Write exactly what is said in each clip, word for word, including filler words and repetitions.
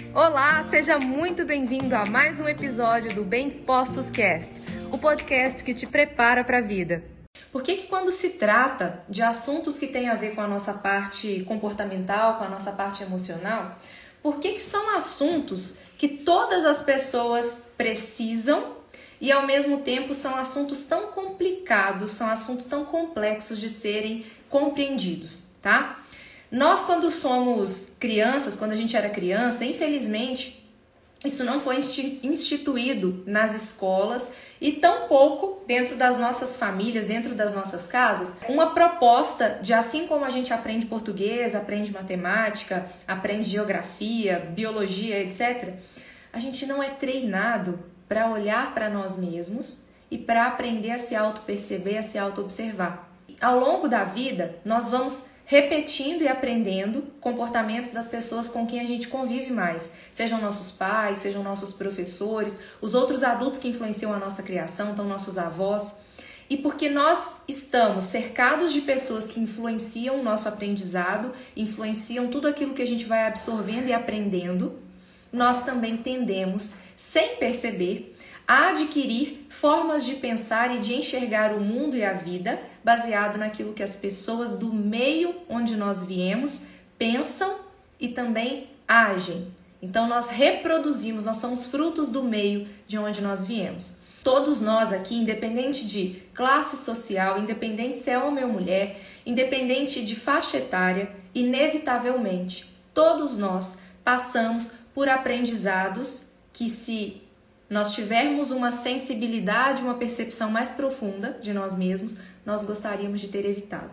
Olá, seja muito bem-vindo a mais um episódio do Bem Dispostos Cast, o podcast que te prepara para a vida. Por que que quando se trata de assuntos que têm a ver com a nossa parte comportamental, com a nossa parte emocional, por que que são assuntos que todas as pessoas precisam e ao mesmo tempo são assuntos tão complicados, são assuntos tão complexos de serem compreendidos, tá? Nós, quando somos crianças, quando a gente era criança, infelizmente, isso não foi instituído nas escolas e tampouco dentro das nossas famílias, dentro das nossas casas, uma proposta de, assim como a gente aprende português, aprende matemática, aprende geografia, biologia, etcétera, a gente não é treinado para olhar para nós mesmos e para aprender a se auto-perceber, a se auto-observar. Ao longo da vida, nós vamos repetindo e aprendendo comportamentos das pessoas com quem a gente convive mais. Sejam nossos pais, sejam nossos professores, os outros adultos que influenciam a nossa criação, então nossos avós. E porque nós estamos cercados de pessoas que influenciam o nosso aprendizado, influenciam tudo aquilo que a gente vai absorvendo e aprendendo, nós também tendemos, sem perceber, a adquirir formas de pensar e de enxergar o mundo e a vida baseado naquilo que as pessoas do meio onde nós viemos pensam e também agem. Então nós reproduzimos, nós somos frutos do meio de onde nós viemos. Todos nós aqui, independente de classe social, independente se é homem ou mulher, independente de faixa etária, inevitavelmente, todos nós passamos por aprendizados que, se nós tivermos uma sensibilidade, uma percepção mais profunda de nós mesmos, nós gostaríamos de ter evitado.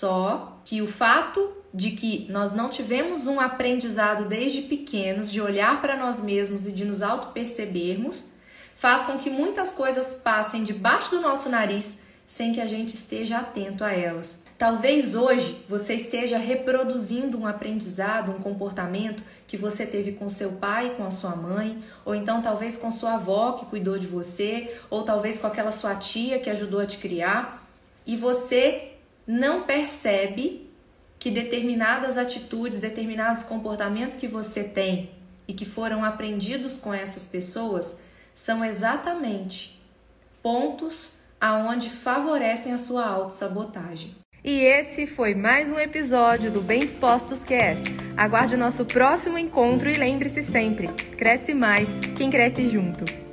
Só que o fato de que nós não tivemos um aprendizado desde pequenos de olhar para nós mesmos e de nos auto-percebermos, faz com que muitas coisas passem debaixo do nosso nariz sem que a gente esteja atento a elas. Talvez hoje você esteja reproduzindo um aprendizado, um comportamento que você teve com seu pai, com a sua mãe, ou então talvez com sua avó que cuidou de você, ou talvez com aquela sua tia que ajudou a te criar, e você não percebe que determinadas atitudes, determinados comportamentos que você tem e que foram aprendidos com essas pessoas são exatamente pontos aonde favorecem a sua autossabotagem. E esse foi mais um episódio do Bem Dispostos Cast. Aguarde o nosso próximo encontro e lembre-se sempre, cresce mais quem cresce junto.